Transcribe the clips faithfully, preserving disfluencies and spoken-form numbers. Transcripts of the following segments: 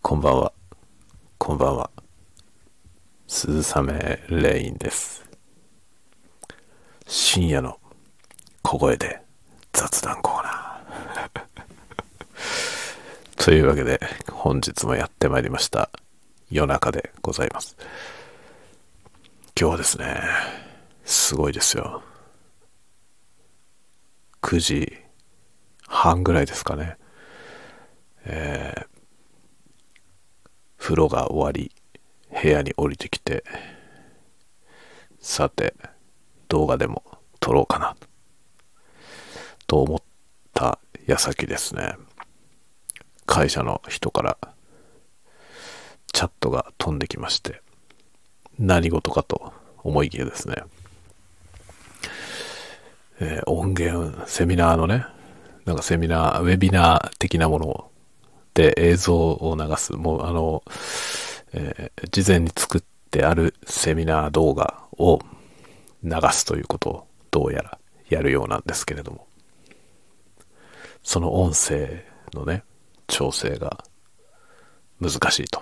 こんばんは。こんばんは。鈴雨レインです。深夜の小声で雑談コーナー。というわけで、本日もやってまいりました。夜中でございます。今日はですね、すごいですよ。くじはんぐらいですかね。えー、風呂が終わり、部屋に降りてきて、さて、動画でも撮ろうかな、と思った矢先ですね、会社の人からチャットが飛んできまして、何事かと思いきやですね、えー、音源、セミナーのね、なんかセミナー、ウェビナー的なもので映像を流す、もうあの、えー、事前に作ってあるセミナー動画を流すということをどうやらやるようなんですけれども、その音声のね、調整が難しいと。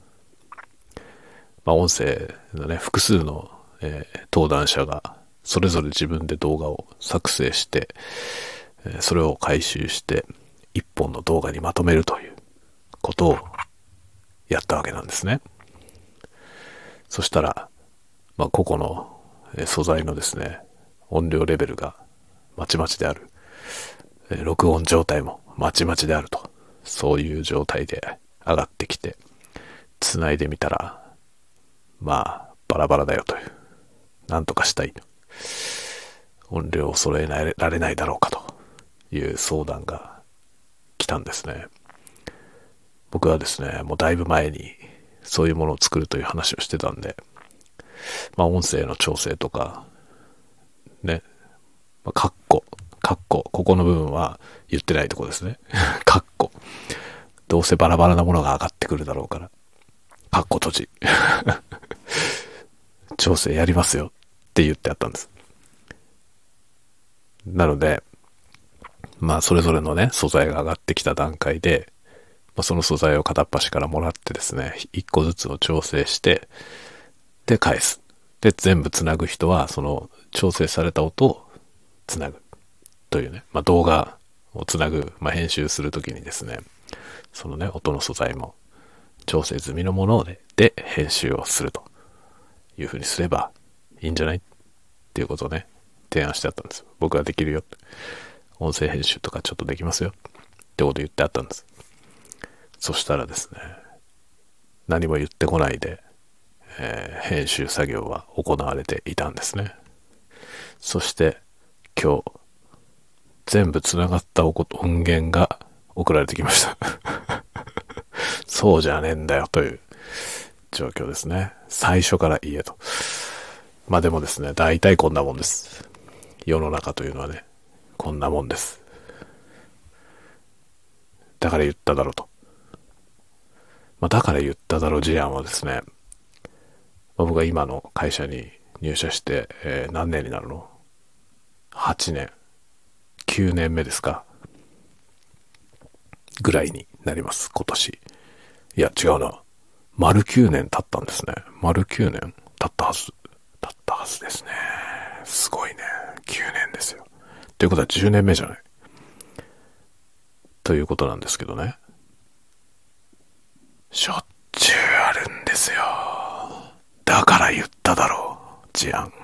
まあ、音声のね、複数の、えー、登壇者がそれぞれ自分で動画を作成して、えー、それを回収して一本の動画にまとめるということをやったわけなんですね。そしたら、まあ、個々の素材のですね、音量レベルがまちまちである。録音状態もまちまちであると。そういう状態で上がってきて、繋いでみたら、まあ、バラバラだよという。なんとかしたいと。音量を揃えられないだろうかという相談が来たんですね。僕はですね、もうだいぶ前にそういうものを作るという話をしてたんで、まあ音声の調整とか、ね、まあ、カッコ、カッコ、ここの部分は言ってないとこですね。カッコ。どうせバラバラなものが上がってくるだろうから、カッコ閉じ。調整やりますよって言ってあったんです。なので、まあそれぞれのね、素材が上がってきた段階で、まあ、その素材を片っ端からもらってですね、一個ずつを調整して、で返す。で、全部つなぐ人は、その調整された音をつなぐ。というね、まあ動画をつなぐ、まあ編集するときにですね、そのね、音の素材も調整済みのもので、で、編集をするというふうにすればいいんじゃないっていうことをね、提案してあったんです。僕はできるよ。音声編集とかちょっとできますよ。ってこと言ってあったんです。そしたらですね、何も言ってこないで、えー、編集作業は行われていたんですね。そして今日、全部つながった音源が送られてきました。そうじゃねえんだよという状況ですね。最初から言えと。まあでもですね、大体こんなもんです。世の中というのはね、こんなもんです。だから言っただろうと。まあ、だから言っただろう事案はですね、まあ、僕が今の会社に入社して、えー、何年になるの ?はち 年、きゅうねんめですかぐらいになります、今年。いや、違うな。丸きゅうねん経ったんですね。丸きゅうねん経ったはず。経ったはずですね。すごいね。きゅうねんですよ。ということはじゅうねんめじゃない。ということなんですけどね。しょっちゅうあるんですよ。だから言っただろう、事案。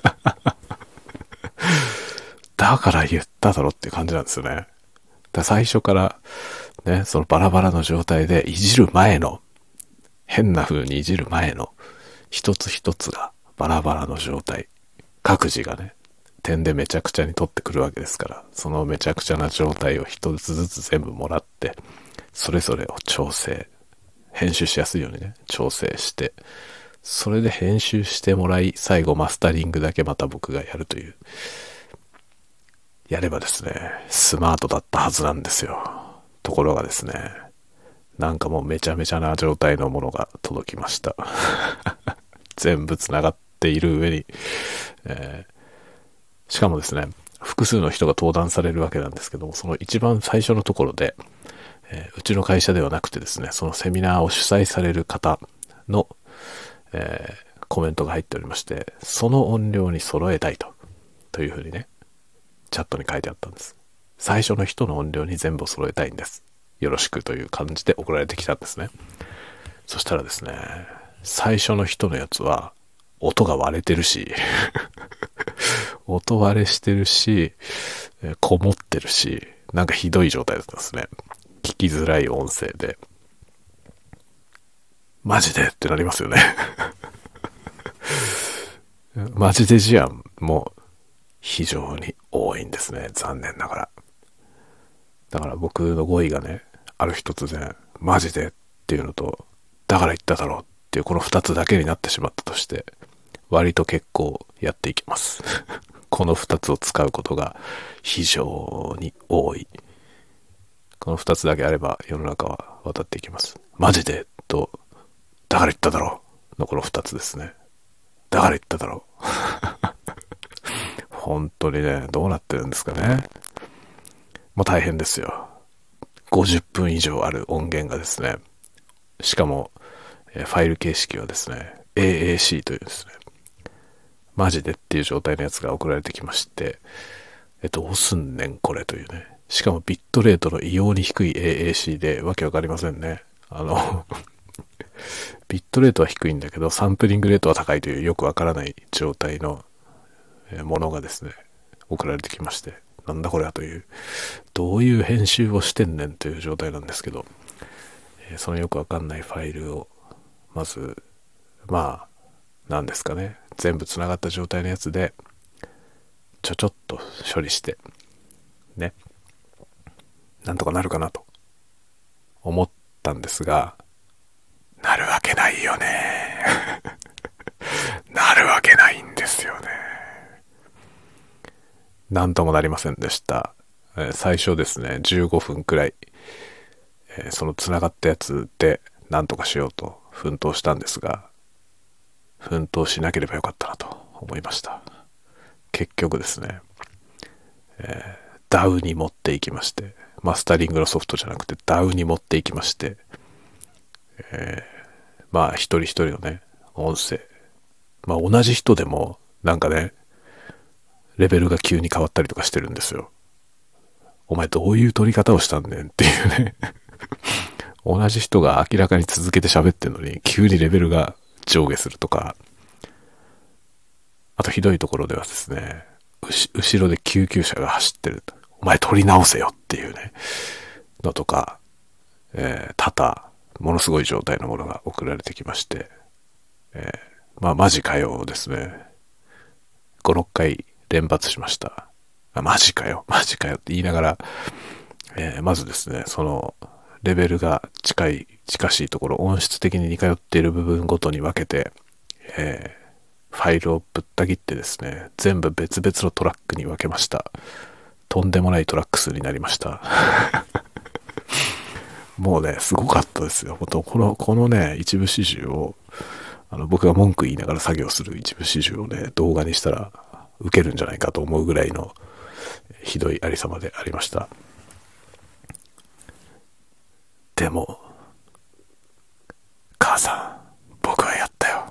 だから言っただろっていう感じなんですよね。だ最初からね、そのバラバラの状態でいじる前の、変な風にいじる前の一つ一つがバラバラの状態。各自がね、点でめちゃくちゃに取ってくるわけですから、そのめちゃくちゃな状態を一つずつ全部もらって、それぞれを調整、編集しやすいようにね、調整して、それで編集してもらい、最後マスタリングだけまた僕がやるという。やればですね、スマートだったはずなんですよ。ところがですね、なんかもうめちゃめちゃな状態のものが届きました。全部つながっている上に、えー、しかもですね、複数の人が登壇されるわけなんですけども、その一番最初のところで、 えーうちの会社ではなくてですね、そのセミナーを主催される方の、えーコメントが入っておりまして、その音量に揃えたいと、というふうにね、チャットに書いてあったんです。最初の人の音量に全部を揃えたいんです。よろしくという感じで送られてきたんですね。そしたらですね、最初の人のやつは、音が割れてるし、音割れしてるし、こもってるし、なんかひどい状態だったんですね。聞きづらい音声で。マジでってなりますよね。マジで事案も非常に多いんですね。残念ながら。だから僕の語彙がね、ある日突然、マジでっていうのと、だから言っただろうっていうこの二つだけになってしまったとして、割と結構やっていきます。この二つを使うことが非常に多い。この二つだけあれば世の中は渡っていきます。マジでと、だから言っただろうのこの二つですね。だから言っただろう。本当にね、どうなってるんですかね。もう大変ですよ。ごじゅっぷん以上ある音源がですね、しかも、ファイル形式はですね、エーエーシー というですね、マジでっていう状態のやつが送られてきまして、え、どうすんねんこれというね。しかもビットレートの異様に低い エーエーシー でわけわかりませんね。あの、ビットレートは低いんだけど、サンプリングレートは高いというよくわからない状態のものがですね、送られてきまして、なんだこれはという、どういう編集をしてんねんという状態なんですけど、そのよくわかんないファイルを、まず、まあ、なんですかね、全部つながった状態のやつで、ちょちょっと処理して、ね、なんとかなるかなと思ったんですが、なるわけないよね。なるわけないんですよね。なんともなりませんでした。えー最初ですね、じゅうごふんくらい、えーそのつながったやつでなんとかしようと奮闘したんですが、奮闘しなければよかったなと思いました。結局ですね、えーダウに持っていきまして、マスタリングのソフトじゃなくてダウに持っていきまして、えーまあ一人一人のね、音声、まあ同じ人でもなんかね、レベルが急に変わったりとかしてるんですよ。お前どういう撮り方をしたんねんっていうね。同じ人が明らかに続けて喋ってんのに急にレベルが上下するとか、あとひどいところではですね、後ろで救急車が走ってる。お前撮り直せよっていうね、のとか、えー、多々、ものすごい状態のものが送られてきまして、えー、まあマジかよですね。ご、ろっかい連発しました。あ、マジかよ、マジかよって言いながら、えー、まずですね、その、レベルが近い、近しいところ、音質的に似通っている部分ごとに分けて、えー、ファイルをぶった切ってですね、全部別々のトラックに分けました。とんでもないトラック数になりました。もうね、すごかったですよ。本当この、このね、一部始終を、あの、僕が文句言いながら作業する一部始終をね、動画にしたら、受けるんじゃないかと思うぐらいの、ひどいありさまでありました。でも、母さん、僕はやったよ。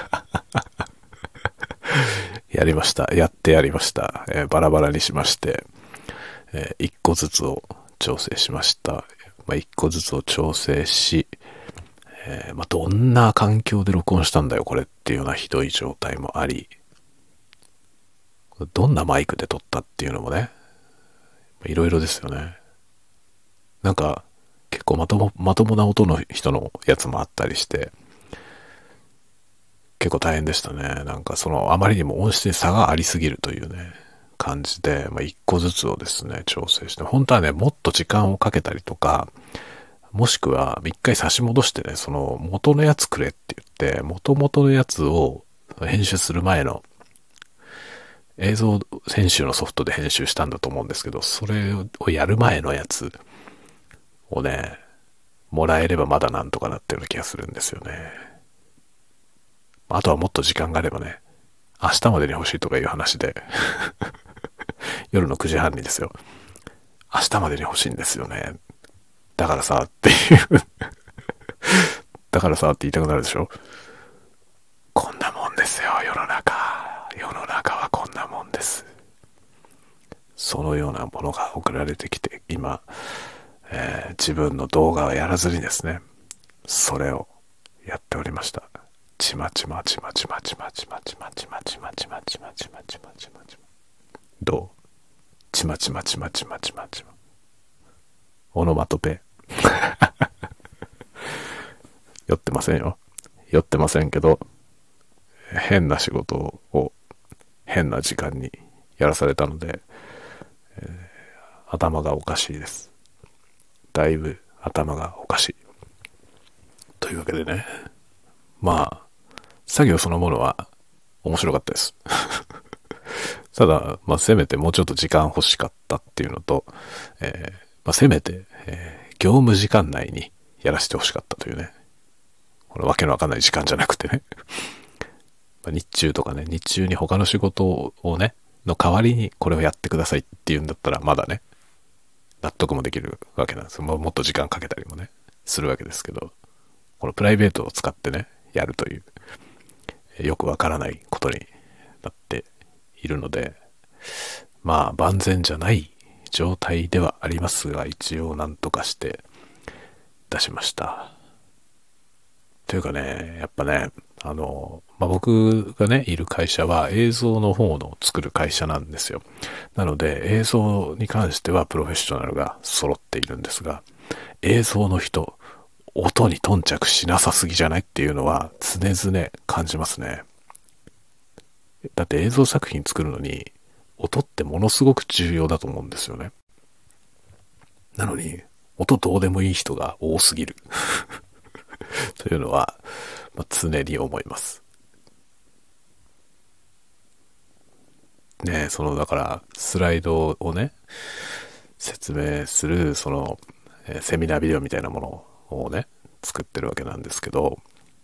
やりました。やってやりました。えーバラバラにしまして、えー、一個ずつを調整しました。まあ、一個ずつを調整し、えーまあ、どんな環境で録音したんだよ、これっていうようなひどい状態もあり、どんなマイクで撮ったっていうのもね、いろいろですよね。なんか、結構まとも、まともな音の人のやつもあったりして、結構大変でしたね。なんかその、あまりにも音質に差がありすぎるというね、感じで、まあ、一個ずつをですね、調整して、本当はね、もっと時間をかけたりとか、もしくは一回差し戻してね、その元のやつくれって言って、元々のやつを編集する前の映像編集のソフトで編集したんだと思うんですけど、それをやる前のやつをね、もらえればまだなんとかなってるような気がするんですよね。あとはもっと時間があればね、明日までに欲しいとかいう話で、夜のくじはんにですよ。明日までに欲しいんですよね。 だからさっていうだからさって言いたくなるでしょ。こんなもんですよ、世の中。世の中はこんなもんです。そのようなものが送られてきて、今、えー自分の動画をやらずにですね、それをやっておりました。ちまちまちまちまちまちまちまちまちまちまちまちまちまちまちま。どう？ちまちまちまちまちまちま。オノマトペ。酔ってませんよ。酔ってませんけど、変な仕事を変な時間にやらされたので、えー頭がおかしいです。だいぶ頭がおかしい。というわけでね、まあ、作業そのものは面白かったです。ただ、まあ、せめてもうちょっと時間欲しかったっていうのと、えーまあ、せめて、えー業務時間内にやらせて欲しかったというね。これわけのわかんない時間じゃなくてね。まあ日中とかね、日中に他の仕事をね、の代わりにこれをやってくださいっていうんだったらまだね、納得もできるわけなんです。もうもっと時間かけたりもね、するわけですけど、このプライベートを使ってね、やるという、よくわからないことになっているので、まあ万全じゃない状態ではありますが、一応なんとかして出しました。というかね、やっぱね、あの、まあ、僕がね、いる会社は映像の方の作る会社なんですよ。なので映像に関してはプロフェッショナルが揃っているんですが、映像の人、音に頓着しなさすぎじゃないっていうのは常々感じますね。だって映像作品作るのに音ってものすごく重要だと思うんですよね。なのに音どうでもいい人が多すぎるというのは、まあ、常に思います。ねえ、そのだからスライドをね説明するその、えーセミナービデオみたいなものをね作ってるわけなんですけど、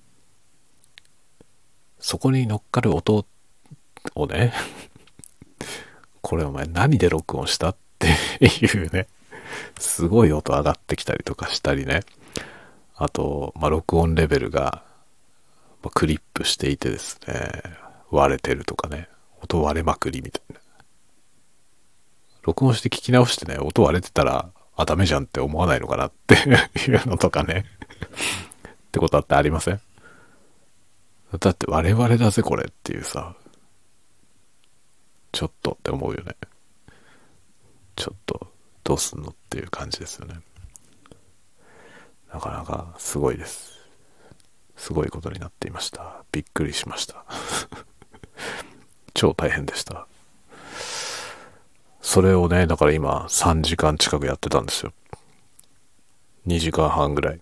そこに乗っかる音をねこれお前何で録音したっていうね、すごい音上がってきたりとかしたりね、あと、まあ、録音レベルがまあクリップしていてですね、割れてるとかね、音割れまくりみたいな。録音して聞き直してね、音割れてたら、あ、ダメじゃんって思わないのかなっていうのとかね。ってことってありません？だって我々だぜこれっていうさ、ちょっとって思うよね。ちょっとどうすんのっていう感じですよね。なかなかすごいです。すごいことになっていました。びっくりしました。超大変でした。それをね、だから今さんじかん近くやってたんですよ。にじかんはんぐらい。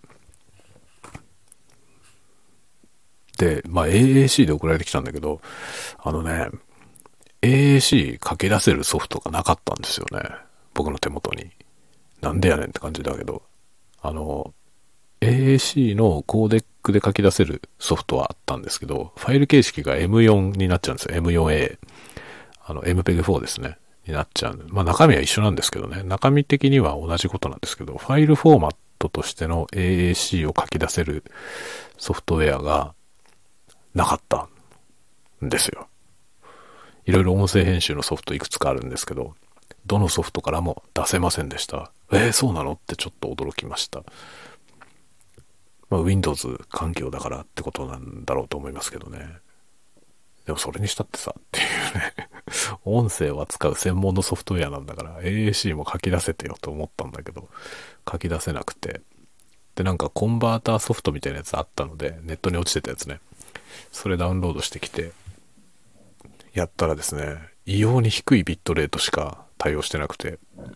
で、まあ エーエーシー で送られてきたんだけど、あのね、エーエーシー 書き出せるソフトがなかったんですよね。僕の手元に。なんでやねんって感じだけど、あの、エーエーシー のコーデックで書き出せるソフトはあったんですけど、ファイル形式が エムフォー になっちゃうんですよ。エムフォーエー。あの、エムペグフォー ですね。になっちゃう。まあ中身は一緒なんですけどね。中身的には同じことなんですけど、ファイルフォーマットとしての エーエーシー を書き出せるソフトウェアがなかったんですよ。いろいろ音声編集のソフトいくつかあるんですけど、どのソフトからも出せませんでした。えー、そうなのってちょっと驚きました。まあ、Windows 環境だからってことなんだろうと思いますけどね。でもそれにしたってさっていうね音声を扱う専門のソフトウェアなんだから エーエーシー も書き出せてよと思ったんだけど、書き出せなくて、でなんかコンバーターソフトみたいなやつあったので、ネットに落ちてたやつね、それダウンロードしてきてやったらですね、異様に低いビットレートしか対応してなくて、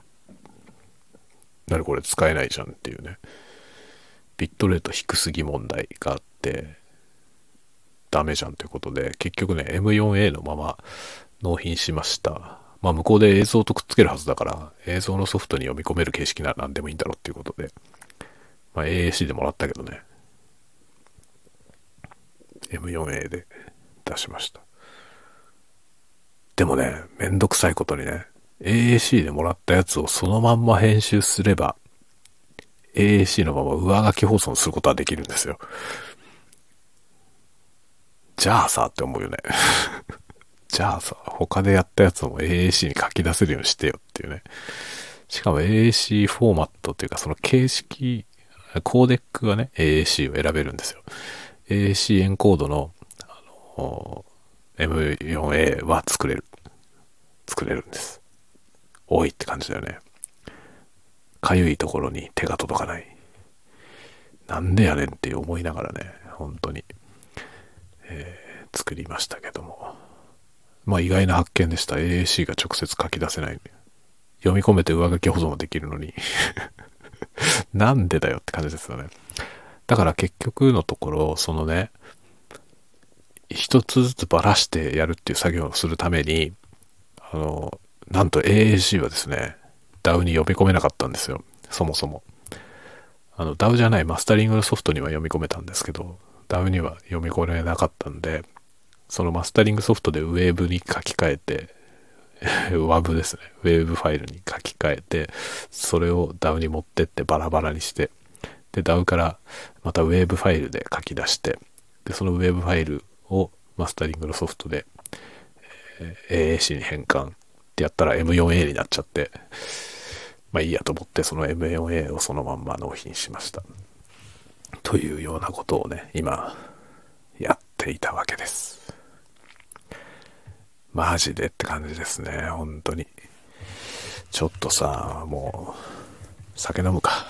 なにこれ使えないじゃんっていうね、ビットレート低すぎ問題があってダメじゃんということで、結局ね エムフォーエー のまま納品しました。まあ向こうで映像とくっつけるはずだから、映像のソフトに読み込める形式なら何でもいいんだろうっていうことで、まあ エーエーシー でもらったけどね、 エムフォーエー で出しました。でもね、めんどくさいことにね、エーエーシー でもらったやつをそのまんま編集すればエーエーシー のまま上書き保存することはできるんですよ。じゃあさって思うよね。じゃあさ、他でやったやつも エーエーシー に書き出せるようにしてよっていうね。しかも エーエーシー フォーマットっていうか、その形式、コーデックがね、エーエーシー を選べるんですよ。エーエーシー エンコードの、あの エムフォーエー は作れる。作れるんです。多いって感じだよね。かゆいところに手が届かない。なんでやねんって思いながらね、本当に、えー、作りましたけども。まあ意外な発見でした。エーエーシー が直接書き出せない。読み込めて上書き保存もできるのに。なんでだよって感じですよね。だから結局のところ、そのね、一つずつばらしてやるっていう作業をするために、あの、なんと エーエーシー はですね、ダウ に読み込めなかったんですよ。そもそも。あの、ダウ じゃないマスタリングのソフトには読み込めたんですけど、ダウ には読み込めなかったんで、そのマスタリングソフトでウェーブに書き換えて、ワブですね。ウェーブファイルに書き換えて、それを ダウ に持ってってバラバラにして、で、ダウ からまたウェーブファイルで書き出して、で、そのウェーブファイルをマスタリングのソフトで、えー、エーエーシー に変換ってやったら エムフォーエー になっちゃって、まあいいやと思ってその エムフォーエー をそのまんま納品しました。というようなことをね、今、やっていたわけです。マジでって感じですね、本当に。ちょっとさ、もう、酒飲むか。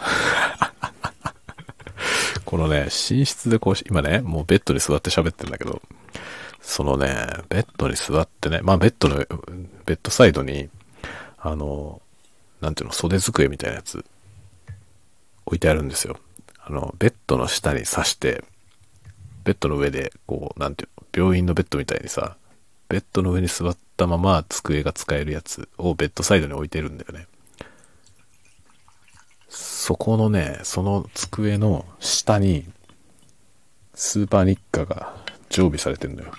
このね、寝室でこう、今ね、もうベッドに座って喋ってるんだけど、そのね、ベッドに座ってね、まあベッドの、ベッドサイドに、あの、なんていうの、袖机みたいなやつ、置いてあるんですよ。あの、ベッドの下に刺して、ベッドの上で、こう、なんていうの、病院のベッドみたいにさ、ベッドの上に座ったまま机が使えるやつをベッドサイドに置いてるんだよね。そこのね、その机の下にスーパーニッカが常備されてるのよ。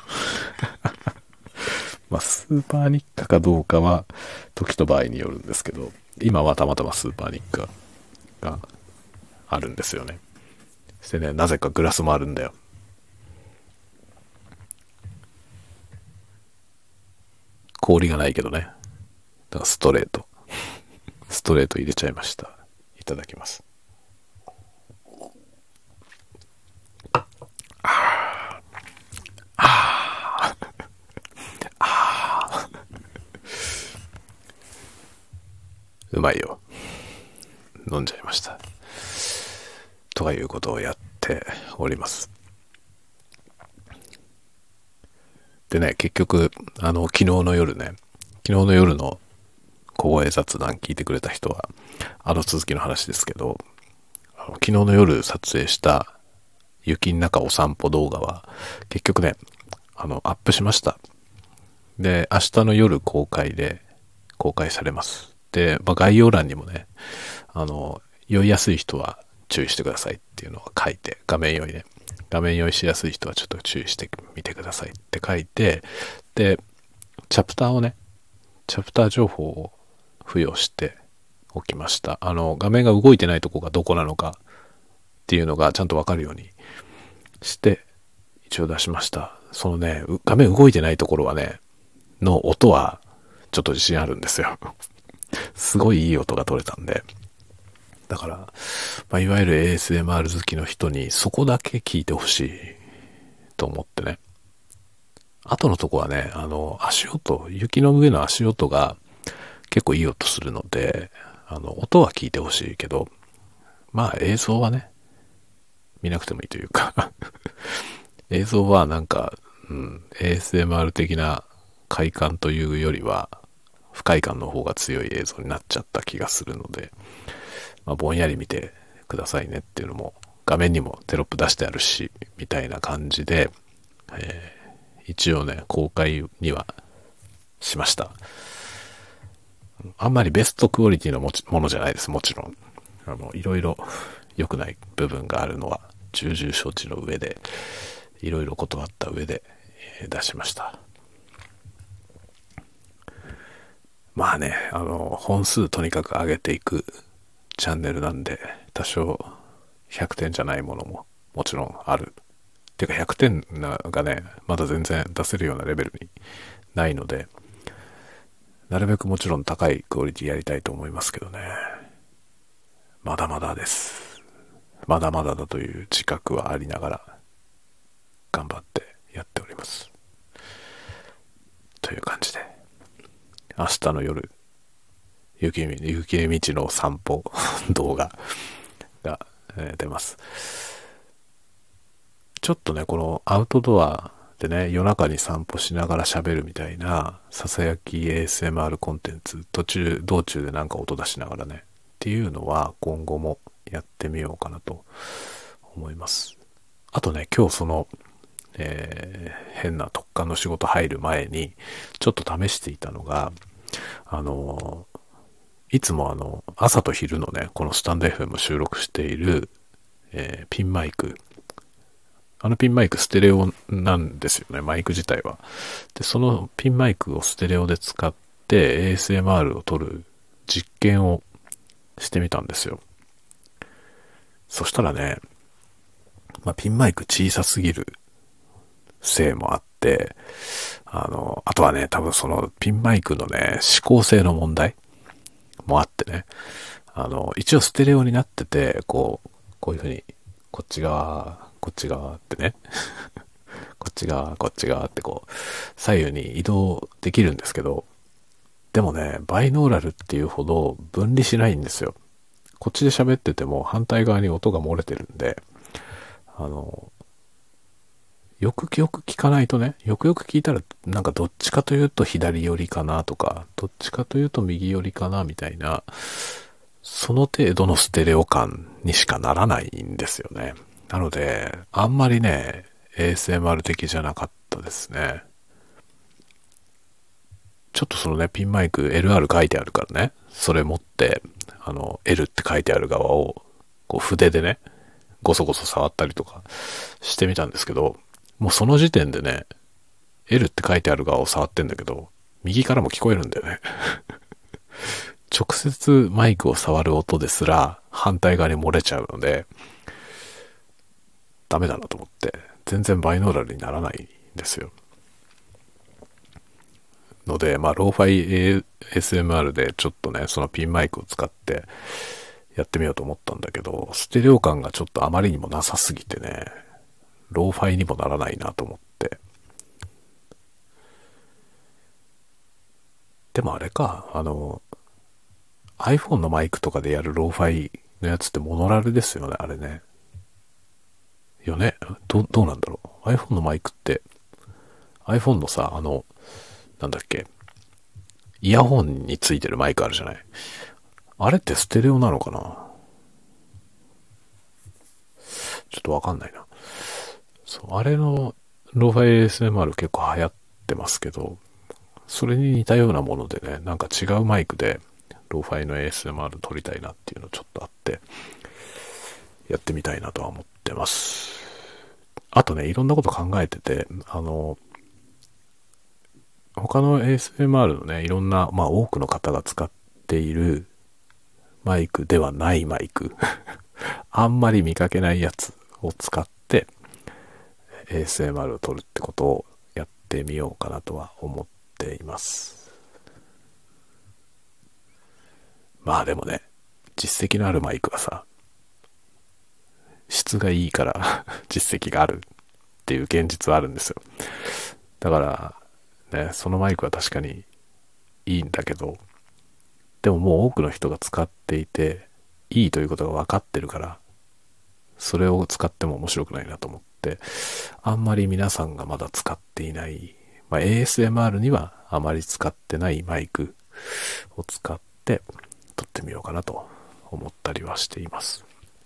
まあスーパーニッカかどうかは時と場合によるんですけど、今はたまたまスーパーニッカがあるんですよね。そしてね、なぜかグラスもあるんだよ。氷がないけどね。だからストレート。ストレート入れちゃいました。いただきます。あああうまいよ。飲んじゃいました。ということをやっております。でね、結局、あの、昨日の夜ね、昨日の夜の小声雑談聞いてくれた人は、あの続きの話ですけど、あの昨日の夜撮影した雪の中お散歩動画は、結局ね、あの、アップしました。で、明日の夜公開で、公開されます。で、まあ、概要欄にもね、あの、酔いやすい人は注意してくださいっていうのを書いて、画面酔いね。画面酔いしやすい人はちょっと注意してみてくださいって書いて、で、チャプターをね、チャプター情報を付与しておきました。あの、画面が動いてないとこがどこなのかっていうのがちゃんとわかるようにして、一応出しました。そのね、画面動いてないところはね、の音はちょっと自信あるんですよ。すごいいい音が取れたんで。だから、まあ、いわゆる エーエスエムアール 好きの人にそこだけ聞いてほしいと思ってね。あとのとこはね、あの、足音、雪の上の足音が結構いい音するので、あの、音は聞いてほしいけど、まあ映像はね、見なくてもいいというか、映像はなんか、うん、エーエスエムアール 的な快感というよりは、不快感の方が強い映像になっちゃった気がするので、まあ、ぼんやり見てくださいねっていうのも画面にもテロップ出してあるしみたいな感じで、えー、一応ね公開にはしました。あんまりベストクオリティのものじゃないです。もちろんあのいろいろ良くない部分があるのは重々承知の上で、いろいろ断った上で、えー、出しました。まあね、あの本数とにかく上げていくチャンネルなんで、多少ひゃくてんじゃないものももちろんある。っていうかひゃくてんがね、まだ全然出せるようなレベルにないので、なるべくもちろん高いクオリティやりたいと思いますけどね。まだまだです。まだまだだという自覚はありながら頑張ってやっております。という感じで、明日の夜、雪雪道の散歩動画が、えー出ます。ちょっとね、このアウトドアでね、夜中に散歩しながら喋るみたいな、ささやき エーエスエムアール コンテンツ、途中、道中でなんか音出しながらね、っていうのは今後もやってみようかなと思います。あとね、今日その、えー変な特艦の仕事入る前に、ちょっと試していたのが、あのーいつもあの、朝と昼のね、このスタンド エフエム 収録している、えーピンマイク、あのピンマイクステレオなんですよね、マイク自体は。で、そのピンマイクをステレオで使って エーエスエムアール を撮る実験をしてみたんですよ。そしたらね、まあ、ピンマイク小さすぎるせいもあって、あの、あとはね、多分そのピンマイクのね、指向性の問題もあってね、あの、一応ステレオになってて、こう、こういうふうに、こっち側、こっち側ってね、こっち側、こっち側ってこう、左右に移動できるんですけど、でもね、バイノーラルっていうほど分離しないんですよ。こっちで喋ってても反対側に音が漏れてるんで、あの、よくよく聞かないとね、よくよく聞いたら、なんかどっちかというと左寄りかなとか、どっちかというと右寄りかなみたいな、その程度のステレオ感にしかならないんですよね。なので、あんまりね、エーエスエムアール 的じゃなかったですね。ちょっとそのね、ピンマイク エルアール 書いてあるからね、それ持って、あの、L って書いてある側を、こう筆でね、ゴソゴソ触ったりとかしてみたんですけど、もうその時点でね、L って書いてある側を触ってんだけど、右からも聞こえるんだよね。直接マイクを触る音ですら反対側に漏れちゃうので、ダメだなと思って、全然バイノーラルにならないんですよ。ので、まあ、ローファイ エーエスエムアール でちょっとね、そのピンマイクを使ってやってみようと思ったんだけど、ステレオ感がちょっとあまりにもなさすぎてね、ローファイにもならないなと思って。でもあれか、あの、iPhone のマイクとかでやるローファイのやつってモノラルですよね、あれね。よね。ど、どうなんだろう。iPhone のマイクって、iPhone のさ、あの、なんだっけ、イヤホンについてるマイクあるじゃない。あれってステレオなのかな。ちょっとわかんないな。そう、あれのローファイ エーエスエムアール 結構流行ってますけど、それに似たようなものでね、なんか違うマイクでローファイの エーエスエムアール 撮りたいなっていうのちょっとあって、やってみたいなとは思ってます。あとね、いろんなこと考えてて、あの、他の エーエスエムアール のね、いろんな、まあ多くの方が使っているマイクではないマイク、あんまり見かけないやつを使って エーエスエムアール を撮るってことをやってみようかなとは思っています。まあでもね、実績のあるマイクはさ、質がいいから実績があるっていう現実はあるんですよ。だからね、そのマイクは確かにいいんだけど、でももう多くの人が使っていていいということが分かってるから、それを使っても面白くないなと思って、あんまり皆さんがまだ使っていない、まあ、エーエスエムアール にはあまり使ってないマイクを使って撮ってみようかなと思ったりはしています。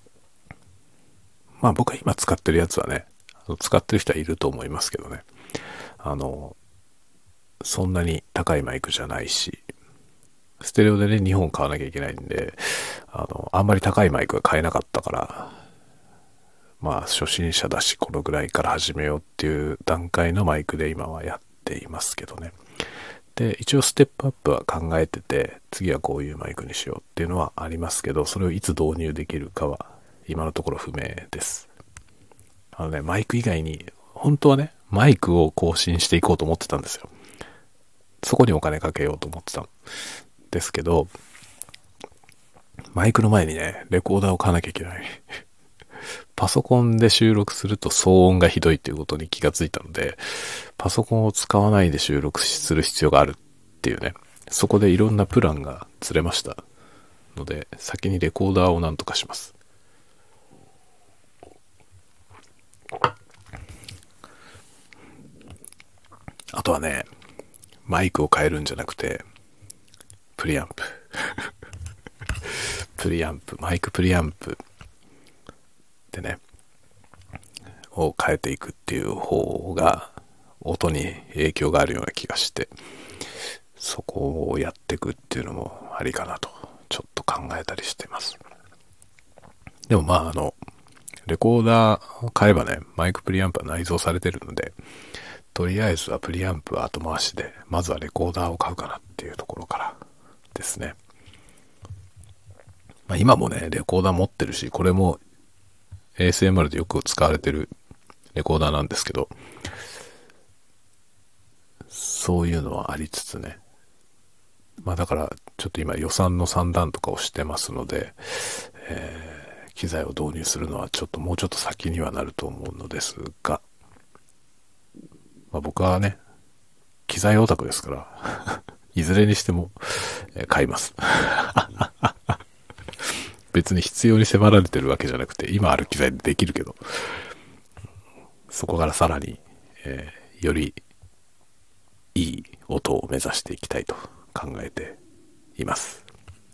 まあ僕が今使ってるやつはね、使ってる人はいると思いますけどね、あのそんなに高いマイクじゃないし、ステレオでねにほん買わなきゃいけないんで、あのあんまり高いマイクが買えなかったから、まあ初心者だしこのぐらいから始めようっていう段階のマイクで今はやっていますけどね。 で、一応ステップアップは考えてて、次はこういうマイクにしようっていうのはありますけど、それをいつ導入できるかは今のところ不明です。あのね、マイク以外に、本当はね、マイクを更新していこうと思ってたんですよ。そこにお金かけようと思ってたんですけど、マイクの前にね、レコーダーを買わなきゃいけない。パソコンで収録すると騒音がひどいということに気がついたので、パソコンを使わないで収録する必要があるっていうね、そこでいろんなプランがずれましたので、先にレコーダーをなんとかします。あとはね、マイクを変えるんじゃなくて、プリアンプ。プリアンプ、マイクプリアンプでね、を変えていくっていう方が音に影響があるような気がして、そこをやっていくっていうのもありかなとちょっと考えたりしています。でもまああのレコーダーを買えばね、マイクプリアンプは内蔵されてるので、とりあえずはプリアンプは後回しで、まずはレコーダーを買うかなっていうところからですね。まあ、今もねレコーダー持ってるし、これも エーエスエムアール でよく使われてるレコーダーなんですけど、そういうのはありつつね、まあだからちょっと今予算の算段とかをしてますので、えー、機材を導入するのはちょっともうちょっと先にはなると思うのですが、まあ、僕はね機材オタクですからいずれにしても、えー、買います別に必要に迫られてるわけじゃなくて、今ある機材でできるけど、そこからさらに、えー、よりいい音を目指していきたいと考えています。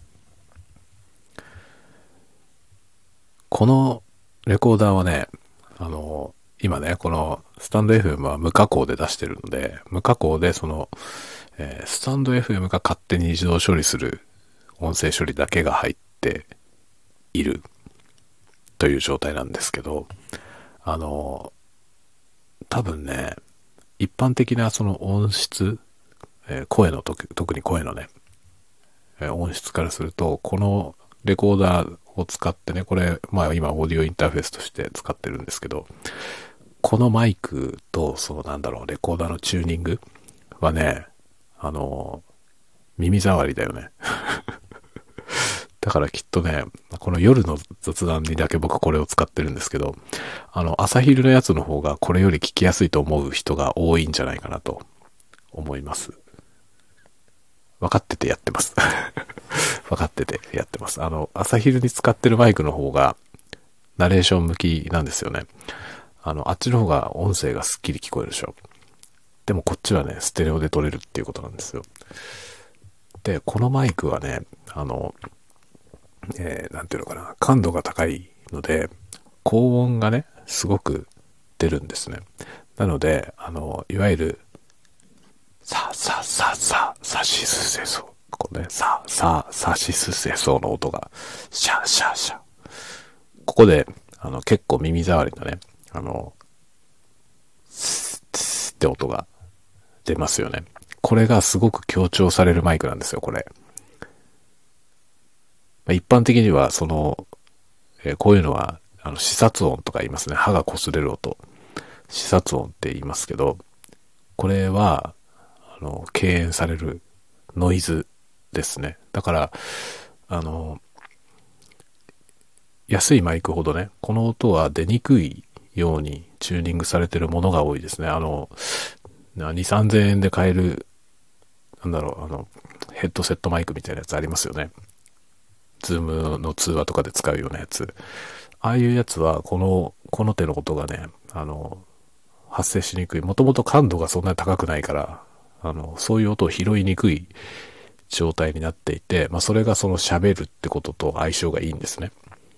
このレコーダーはね、あの今ねこのスタンド エフエム は無加工で出してるので、無加工でその、えー、スタンド エフエム が勝手に自動処理する音声処理だけが入っているという状態なんですけど、あの多分ね、一般的なその音質、えー、声の特特に声のね、えー、音質からすると、このレコーダーを使ってね、これまあ今オーディオインターフェースとして使ってるんですけど、このマイクとそのなんだろうレコーダーのチューニングはね、あの耳障りだよねだからきっとね、この夜の雑談にだけ僕これを使ってるんですけど、あの朝昼のやつの方がこれより聞きやすいと思う人が多いんじゃないかなと思います。分かっててやってます分かっててやってます。あの朝昼に使ってるマイクの方がナレーション向きなんですよね。あのあっちの方が音声がすっきり聞こえるでしょ。でもこっちはねステレオで撮れるっていうことなんですよ。でこのマイクはね、あのえー、なんていうのかな、感度が高いので高音がねすごく出るんですね。なのであのいわゆるさささささしすせそう、こうねさささしすせそうの音がシャシャシャ、ここであの結構耳障りのね、あのスッスッって音が出ますよね。これがすごく強調されるマイクなんですよ、これ。一般的にはその、えー、こういうのはあの視察音とか言いますね。歯が擦れる音、視察音って言いますけど、これはあの敬遠されるノイズですね。だからあの安いマイクほどね、この音は出にくいようにチューニングされてるものが多いですね。あのに、さんぜんえんで買える、なんだろう、あのヘッドセットマイクみたいなやつありますよね。ズームの通話とかで使うようなやつ。ああいうやつはこのこの手の音がね、あの発生しにくい。もともと感度がそんなに高くないから、あのそういう音を拾いにくい状態になっていて、まあ、それがその喋るってことと相性がいいんですね。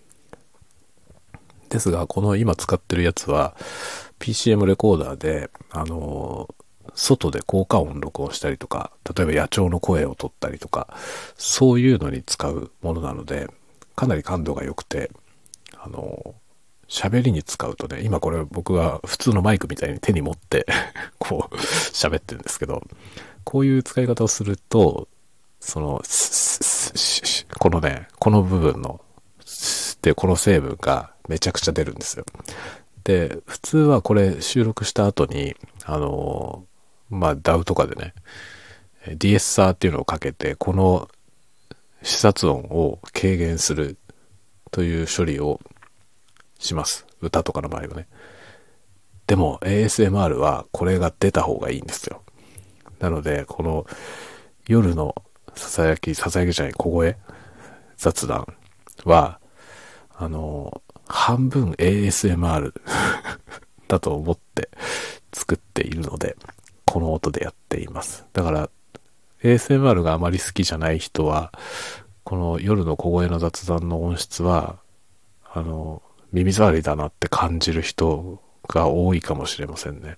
ですがこの今使ってるやつは ピーシーエム レコーダーで、あの外で効果音録音したりとか、例えば野鳥の声を取ったりとか、そういうのに使うものなのでかなり感度が良くて、あの喋りに使うとね、今これ僕は普通のマイクみたいに手に持ってこう喋ってるんですけど、こういう使い方をすると、その、このね、この部分の、で、この成分がめちゃくちゃ出るんですよ。で、普通はこれ収録した後に、あの、まあ、ダウ とかでね、ディエッサーっていうのをかけて、この視察音を軽減するという処理をします。歌とかの場合はね。でも エーエスエムアール はこれが出た方がいいんですよ。なので、この夜のささやき、ささやきじゃない、小声雑談は、あの、半分 エーエスエムアール だと思って作っているので、この音でやっています。だから、エーエスエムアール があまり好きじゃない人は、この夜の小声の雑談の音質は、あの、耳障りだなって感じる人が多いかもしれませんね。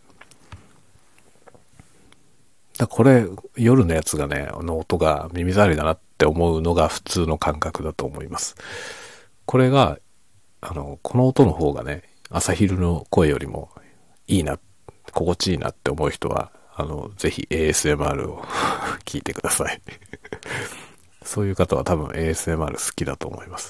だこれ、夜のやつがね、あの音が耳障りだなって思うのが普通の感覚だと思います。これが、あの、この音の方がね、朝昼の声よりもいいな、心地いいなって思う人は、あの、ぜひ エーエスエムアール を聞いてください。そういう方は多分 エーエスエムアール 好きだと思います。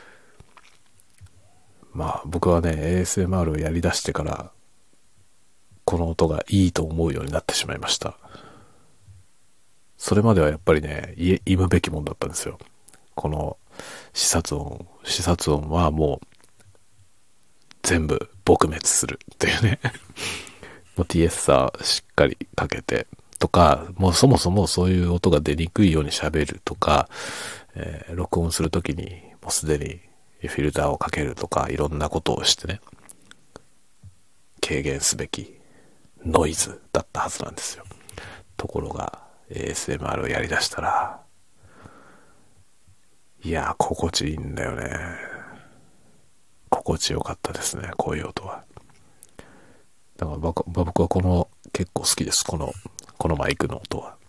まあ僕はね、エーエスエムアール をやり出してから、この音がいいと思うようになってしまいました。それまではやっぱりね、言うべきもんだったんですよ。この視察音、視察音はもう全部撲滅するっていうね。もうティエッサーしっかりかけてとか、もうそもそもそういう音が出にくいように喋るとか、えー、録音するときにもうすでにフィルターをかけるとか、いろんなことをしてね、軽減すべきノイズだったはずなんですよ。ところが エーエスエムアール をやりだしたら、いやー心地いいんだよね。心地よかったですね、こういう音は。だから僕はこの結構好きです、このこのマイクの音は。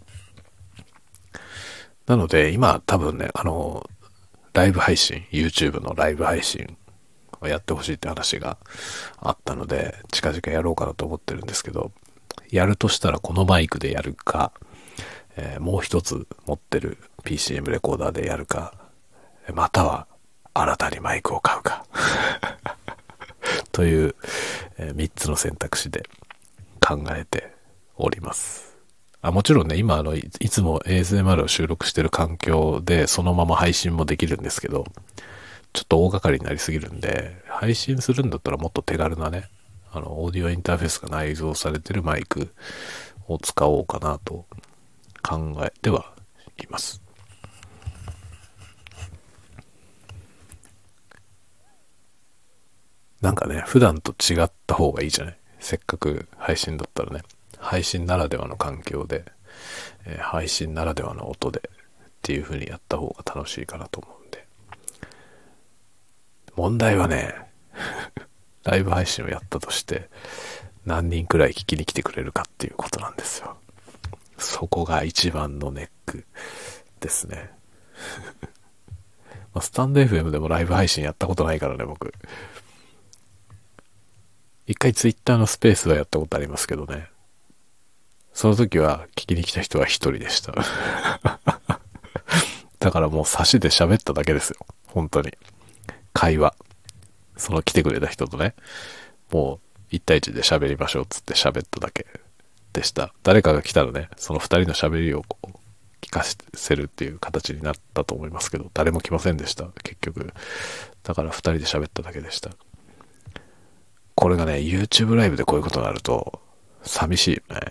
なので今多分ね、あのライブ配信、YouTube のライブ配信をやってほしいって話があったので、近々やろうかなと思ってるんですけど、やるとしたらこのマイクでやるか、えー、もう一つ持ってる ピーシーエム レコーダーでやるか、または新たにマイクを買うかという、えー、みっつの選択肢で考えております。あ、もちろんね、今あのいつも エーエスエムアール を収録してる環境でそのまま配信もできるんですけど、ちょっと大掛かりになりすぎるんで、配信するんだったらもっと手軽なね、あのオーディオインターフェースが内蔵されてるマイクを使おうかなと考えてはいます。なんかね、普段と違った方がいいじゃない。せっかく配信だったらね、配信ならではの環境で、えー、配信ならではの音でっていう風にやった方が楽しいかなと思うんで。問題はね、ライブ配信をやったとして何人くらい聞きに来てくれるかっていうことなんですよ。そこが一番のネックですね。まあ、スタンド エフエム でもライブ配信やったことないからね、僕。一回ツイッターのスペースはやったことありますけどね。その時は聞きに来た人は一人でした。だからもう差しで喋っただけですよ。本当に。会話。その来てくれた人とね、もう一対一で喋りましょうっつって喋っただけでした。誰かが来たらね、その二人の喋りをこう聞かせるっていう形になったと思いますけど、誰も来ませんでした、結局。だから二人で喋っただけでした。これがね、YouTube ライブでこういうことになると、寂しいよね。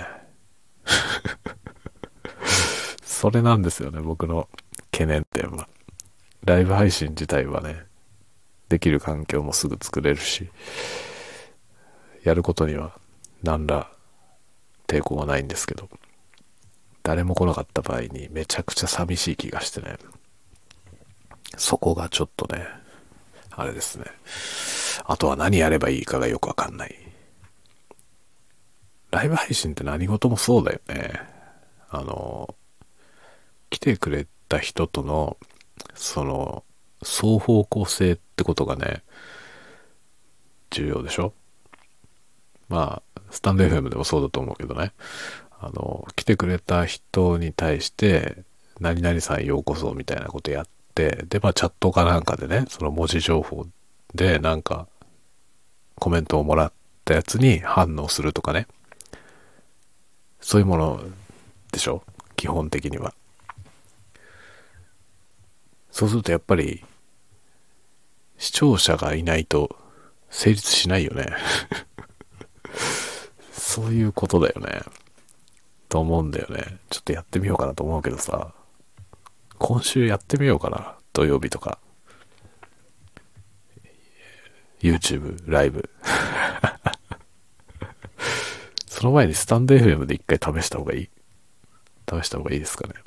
それなんですよね、僕の懸念点は。ライブ配信自体はね、できる環境もすぐ作れるし、やることには何ら抵抗はないんですけど、誰も来なかった場合にめちゃくちゃ寂しい気がしてね、そこがちょっとね、あれですね。あとは何やればいいかがよくわかんない。ライブ配信って何事もそうだよね。あの、来てくれた人との、その、双方向性ってことがね、 重要でしょ。まあ、スタンド エフエム でもそうだと思うけどね。あの、来てくれた人に対して、何々さんようこそみたいなことやって、で、まあチャットかなんかでね、その文字情報でなんかコメントをもらったやつに反応するとかね。そういうものでしょ、基本的には。そうするとやっぱり視聴者がいないと成立しないよね。そういうことだよね。と思うんだよね。ちょっとやってみようかなと思うけどさ。今週やってみようかな。土曜日とか。YouTube ライブ。その前にスタンド エフエム で一回試した方がいい試した方がいいですかね。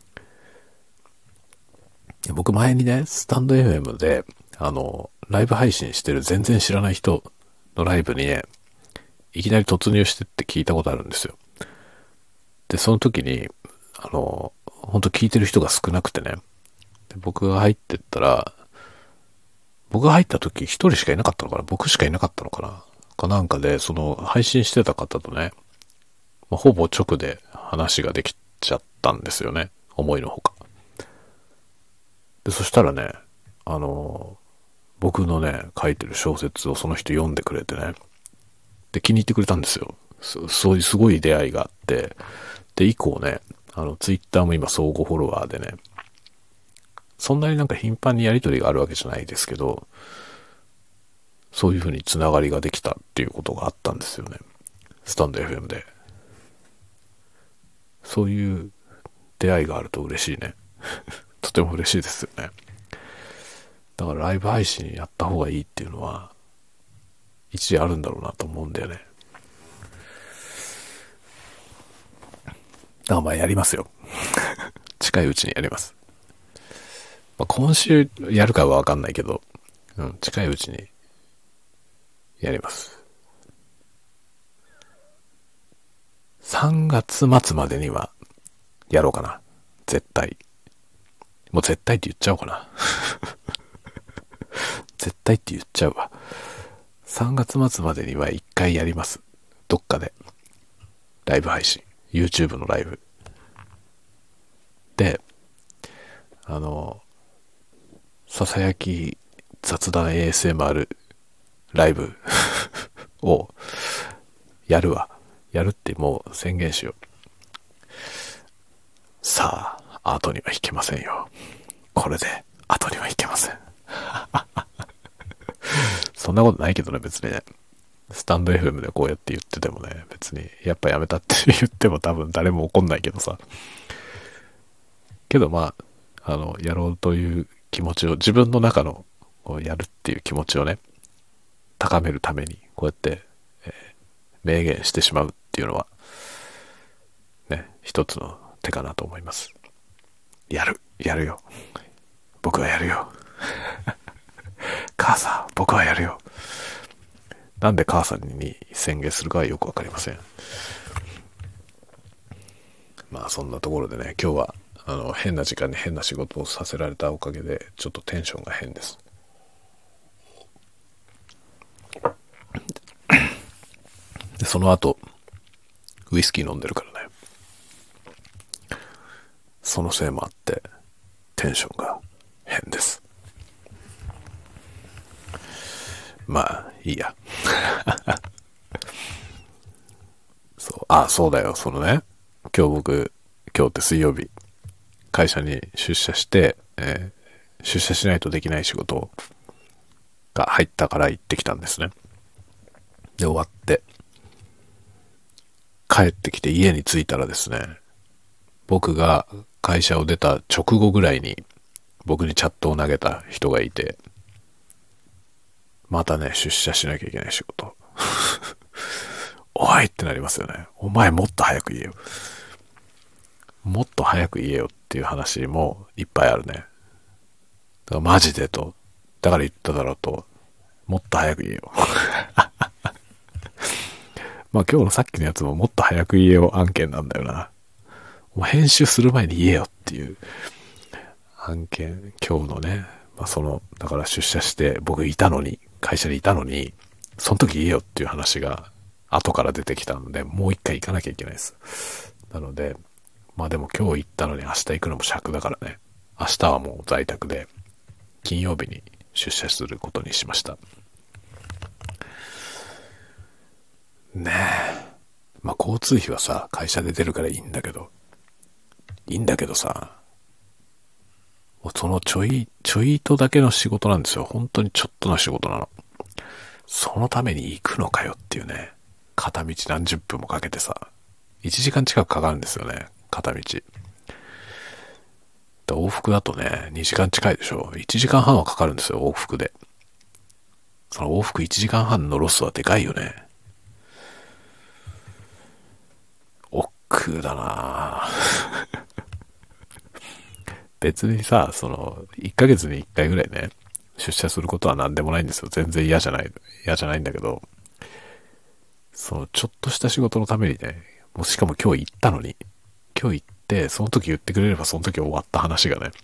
僕前にね、スタンド エフエム で、あの、ライブ配信してる全然知らない人のライブにね、いきなり突入してって聞いたことあるんですよ。で、その時に、あの、本当聞いてる人が少なくてね。で僕が入ってったら、僕が入った時一人しかいなかったのかな、僕しかいなかったのかなかなんかで、その配信してた方とね、まあ、ほぼ直で話ができちゃったんですよね。思いのほか。で、そしたらね、あの、僕のね、書いてる小説をその人読んでくれてね。で、気に入ってくれたんですよ。そそういうすごい出会いがあって。で、以降ね、あの、ツイッターも今相互フォロワーでね、そんなになんか頻繁にやりとりがあるわけじゃないですけど、そういう風につながりができたっていうことがあったんですよね。スタンド エフエム で。そういう出会いがあると嬉しいね。とても嬉しいですよね。だからライブ配信やった方がいいっていうのは、一理あるんだろうなと思うんだよね。だからまあやりますよ。近いうちにやります。まあ、今週やるかはわかんないけど、うん、近いうちにやります。さんがつ末までにはやろうかな。絶対。もう絶対って言っちゃおうかな。絶対って言っちゃうわ。さんがつ末までにはいっかいやります。どっかで。ライブ配信。YouTube のライブ。で、あの、ささやき雑談 エーエスエムアール ライブをやるわ。やるってもう宣言しよう。さあ、後には引けませんよ。これで後には引けません。そんなことないけどね、別にね。スタンド エフエム でこうやって言っててもね、別にやっぱやめたって言っても多分誰も怒んないけどさ。けどまあ、あの、やろうという気持ちを、自分の中のこうやるっていう気持ちをね、高めるためにこうやって、えー、明言してしまうっていうのは、ね、一つの手かなと思います。やる、やるよ。僕はやるよ。母さん、僕はやるよ。なんで母さんに宣言するかはよくわかりません。まあそんなところでね、今日はあの変な時間に変な仕事をさせられたおかげでちょっとテンションが変です。でその後ウイスキー飲んでるからね、そのせいもあってテンションが変です。まあいいや。そうあそうだよ、そのね、今日僕今日って水曜日会社に出社して、えー、出社しないとできない仕事が入ったから行ってきたんですね。で終わって帰ってきて家に着いたらですね、僕が会社を出た直後ぐらいに僕にチャットを投げた人がいて、またね出社しなきゃいけない仕事おいってなりますよね。お前もっと早く言えよ、もっと早く言えよっていう話もいっぱいあるね。だからマジでと、だから言っただろうと、もっと早く言えよ。まあ今日のさっきのやつももっと早く言えよ案件なんだよな。もう編集する前に言えよっていう案件、今日のね、まあその、だから出社して僕いたのに、会社にいたのに、 その時言えよっていう話が後から出てきたので、もう一回行かなきゃいけないです。なので、まあでも今日行ったのに明日行くのも尺だからね。明日はもう在宅で、金曜日に出社することにしました。ねえ。まあ交通費はさ、会社で出るからいいんだけど、いいんだけどさ、そのちょい、ちょいとだけの仕事なんですよ。本当にちょっとの仕事なの。そのために行くのかよっていうね。片道何十分もかけてさ、いちじかん近くかかるんですよね。片道。往復だとね、にじかん近いでしょ。いちじかんはんはかかるんですよ、往復で。その往復いちじかんはんのロスはでかいよね。億劫だな別にさ、その、いっかげつにいっかいぐらいね、出社することは何でもないんですよ。全然嫌じゃない、嫌じゃないんだけど、その、ちょっとした仕事のためにね、もうしかも今日行ったのに、今日行って、その時言ってくれればその時終わった話がね、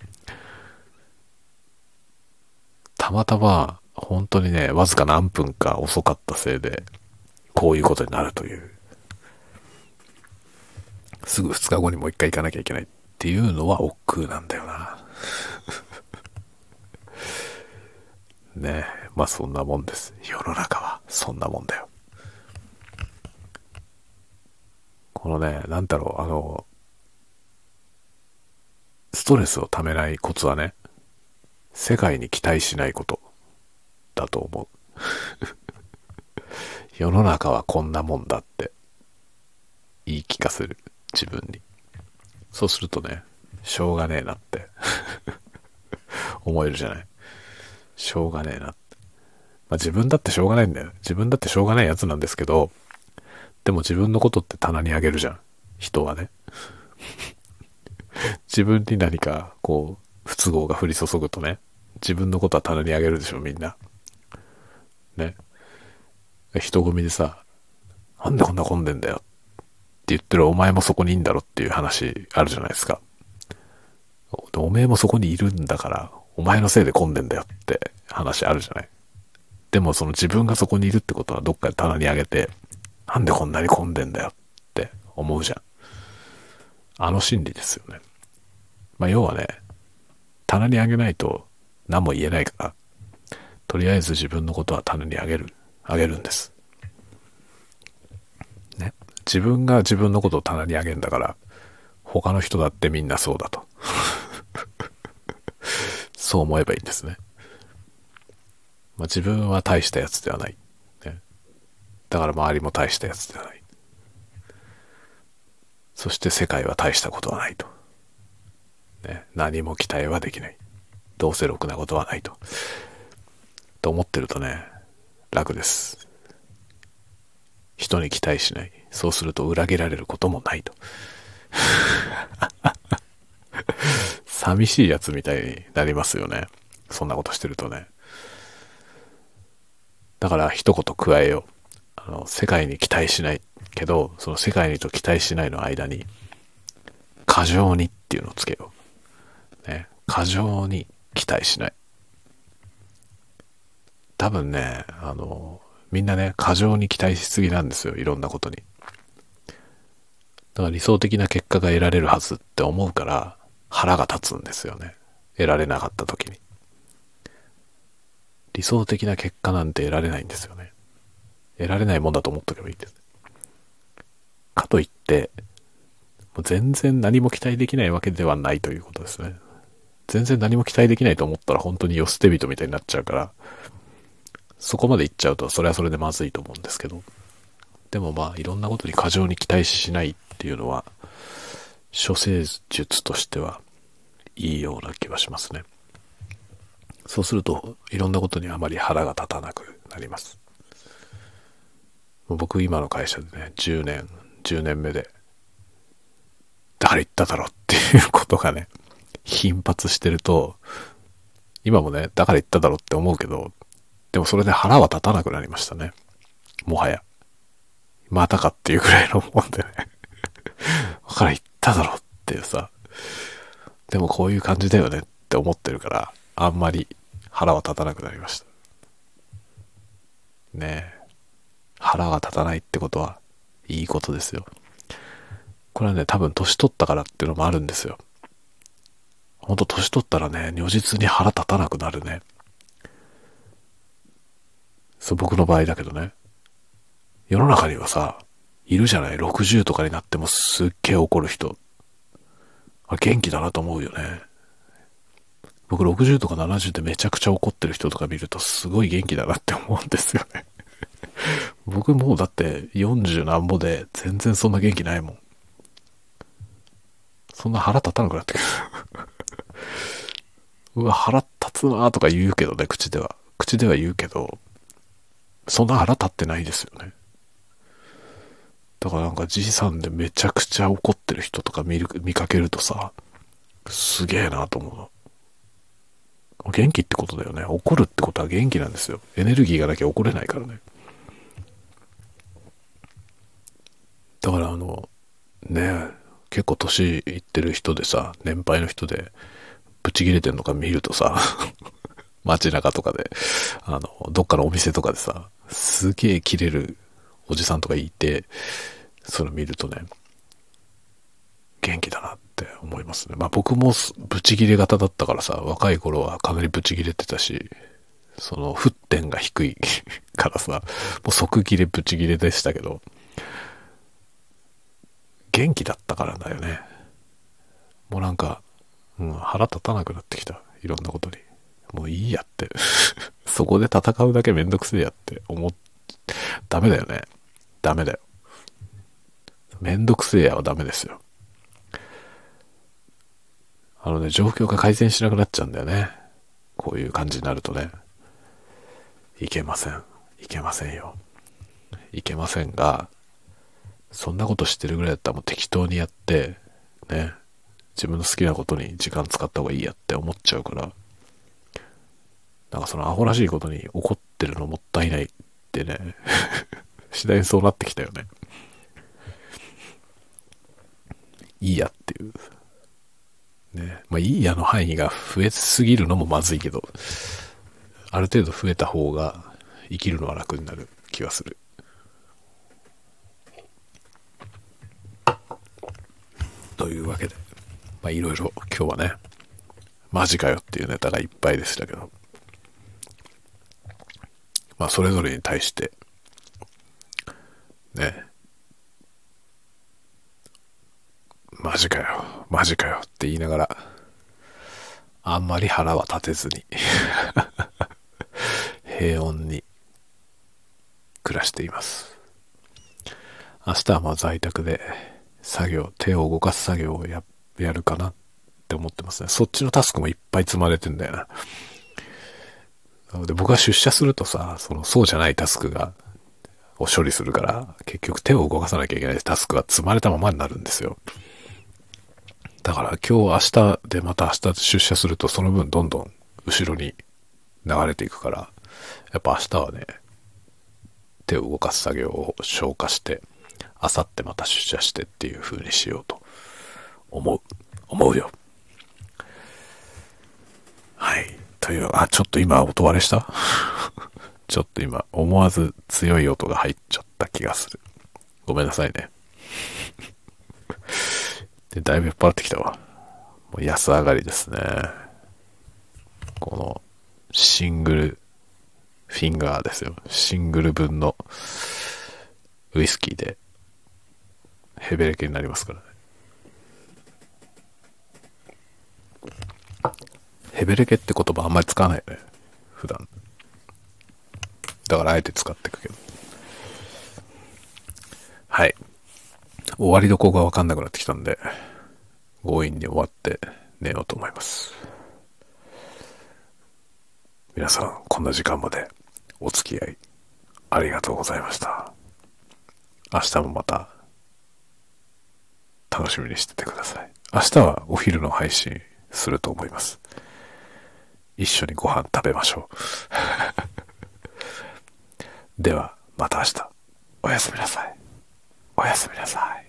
たまたま、本当にね、わずか何分か遅かったせいで、こういうことになるという。すぐふつかごにもう一回行かなきゃいけないっていうのは億劫なんだよな。ねえ、まあそんなもんです。世の中はそんなもんだよ。このね、なんだろう、あの、ストレスをためないコツはね、世界に期待しないことだと思う。世の中はこんなもんだって言い聞かせる、自分に。そうするとね、しょうがねえなって思えるじゃない。しょうがねえなって。まあ自分だってしょうがないんだよ。自分だってしょうがないやつなんですけど、でも自分のことって棚にあげるじゃん。人はね。自分に何かこう不都合が降り注ぐとね、自分のことは棚にあげるでしょ、みんな。ね。人混みでさ、なんでこんな混んでんだよって言ってるお前もそこにいんだろっていう話あるじゃないですか。おめえもそこにいるんだから、お前のせいで混んでんだよって話あるじゃない。でもその自分がそこにいるってことはどっかで棚にあげて、なんでこんなに混んでんだよって思うじゃん。あの心理ですよね。まあ要はね、棚にあげないと何も言えないから、とりあえず自分のことは棚にあげる、あげるんです。ね。自分が自分のことを棚にあげるんだから、他の人だってみんなそうだと。そう思えばいいんですね。まあ、自分は大したやつではない。ね。だから周りも大したやつではない。そして世界は大したことはないと。ね。何も期待はできない。どうせろくなことはないと。と思ってるとね、楽です。人に期待しない。そうすると裏切られることもないと。寂しいやつみたいになりますよね。そんなことしてるとね。だから一言加えよう。あの、世界に期待しないけど、その世界にと期待しないの間に、過剰にっていうのをつけよう。ね。過剰に期待しない。多分ね、あの、みんなね、過剰に期待しすぎなんですよ。いろんなことに。だから理想的な結果が得られるはずって思うから、腹が立つんですよね。得られなかった時に。理想的な結果なんて得られないんですよね。得られないもんだと思っとけばいいんです。かといって、もう全然何も期待できないわけではないということですね。全然何も期待できないと思ったら本当に世捨て人みたいになっちゃうから、そこまで行っちゃうとそれはそれでまずいと思うんですけど。でもまあいろんなことに過剰に期待しないっていうのは、処世術としてはいいような気はしますね。そうするといろんなことにあまり腹が立たなくなります。僕今の会社でね、じゅうねん、じゅうねんめで、だから言っただろっていうことがね、頻発してると、今もね、だから言っただろって思うけど、でもそれで腹は立たなくなりましたね。もはや。またかっていうくらいのもんでね。だから言っただろっていうさ、でもこういう感じだよねって思ってるから、あんまり腹は立たなくなりました。ねえ。 腹が立たないってことはいいことですよ。これはね、多分年取ったからっていうのもあるんですよ。ほんと年取ったらね、如実に腹立たなくなるね。そう、僕の場合だけどね。世の中にはさ、いるじゃない、ろくじゅうとかになってもすっげえ怒る人。あ、元気だなと思うよね。僕ろくじゅうとかななじゅうでめちゃくちゃ怒ってる人とか見るとすごい元気だなって思うんですよね。僕もうだってよんじゅうなんぼで全然そんな元気ないもん。そんな腹立たなくなってくる。うわ、腹立つなとか言うけどね、口では。口では言うけど、そんな腹立ってないですよね。だからなんかじいさんでめちゃくちゃ怒ってる人とか見る、見かけるとさ、すげえなと思うの。元気ってことだよね。怒るってことは元気なんですよ。エネルギーがなきゃ怒れないからね。だからあの、ねえ、結構年いってる人でさ、年配の人で、ブチ切れてんのか見るとさ、街中とかで、あの、どっかのお店とかでさ、すげえ切れるおじさんとかいて、それ見るとね、元気だなって思いますね。まあ僕もブチ切れ型だったからさ、若い頃はかなりブチ切れてたし、その沸点が低いからさ、もう即切れブチ切れでしたけど、元気だったからだよね。もうなんか、うん、腹立たなくなってきた。いろんなことに。もういいやって。そこで戦うだけめんどくせえやって思っ、ダメだよね。ダメだよ。めんどくせえやはダメですよ。あのね、状況が改善しなくなっちゃうんだよね。こういう感じになるとね。いけません。いけませんよ。いけませんが、そんなことしてるぐらいだったらもう適当にやって、ね、自分の好きなことに時間使った方がいいやって思っちゃうから、なんかそのアホらしいことに怒ってるのもったいないってね、次第にそうなってきたよね。いいやっていう。ね。まあいいやの範囲が増えすぎるのもまずいけど、ある程度増えた方が生きるのは楽になる気がする。というわけで、まあいろいろ今日はね、マジかよっていうネタがいっぱいでしたけど、まあそれぞれに対して、ね、マジかよ、マジかよって言いながら、あんまり腹は立てずに、平穏に暮らしています。明日はまあ在宅で作業、手を動かす作業を や, やるかなって思ってますね。そっちのタスクもいっぱい積まれてんだよな。なので僕が出社するとさ、そのそうじゃないタスクがを処理するから、結局手を動かさなきゃいけないタスクが積まれたままになるんですよ。だから今日明日でまた明日出社するとその分どんどん後ろに流れていくから、やっぱ明日はね、手を動かす作業を消化して、明後日また出社してっていう風にしようと思う。思うよ。はい。という、あ、ちょっと今音割れしたちょっと今思わず強い音が入っちゃった気がする。ごめんなさいね。で、だいぶ酔っ払ってきたわ。もう安上がりですね。このシングルフィンガーですよ。シングル分のウイスキーでヘベレケになりますからね。ヘベレケって言葉あんまり使わないよね。普段。だからあえて使っていくけど。はい。終わりどこがわかんなくなってきたんで、強引に終わって寝ようと思います。皆さん、こんな時間までお付き合いありがとうございました。明日もまた楽しみにしててください。明日はお昼の配信すると思います。一緒にご飯食べましょう。では、また明日。おやすみなさい。おやすみなさい。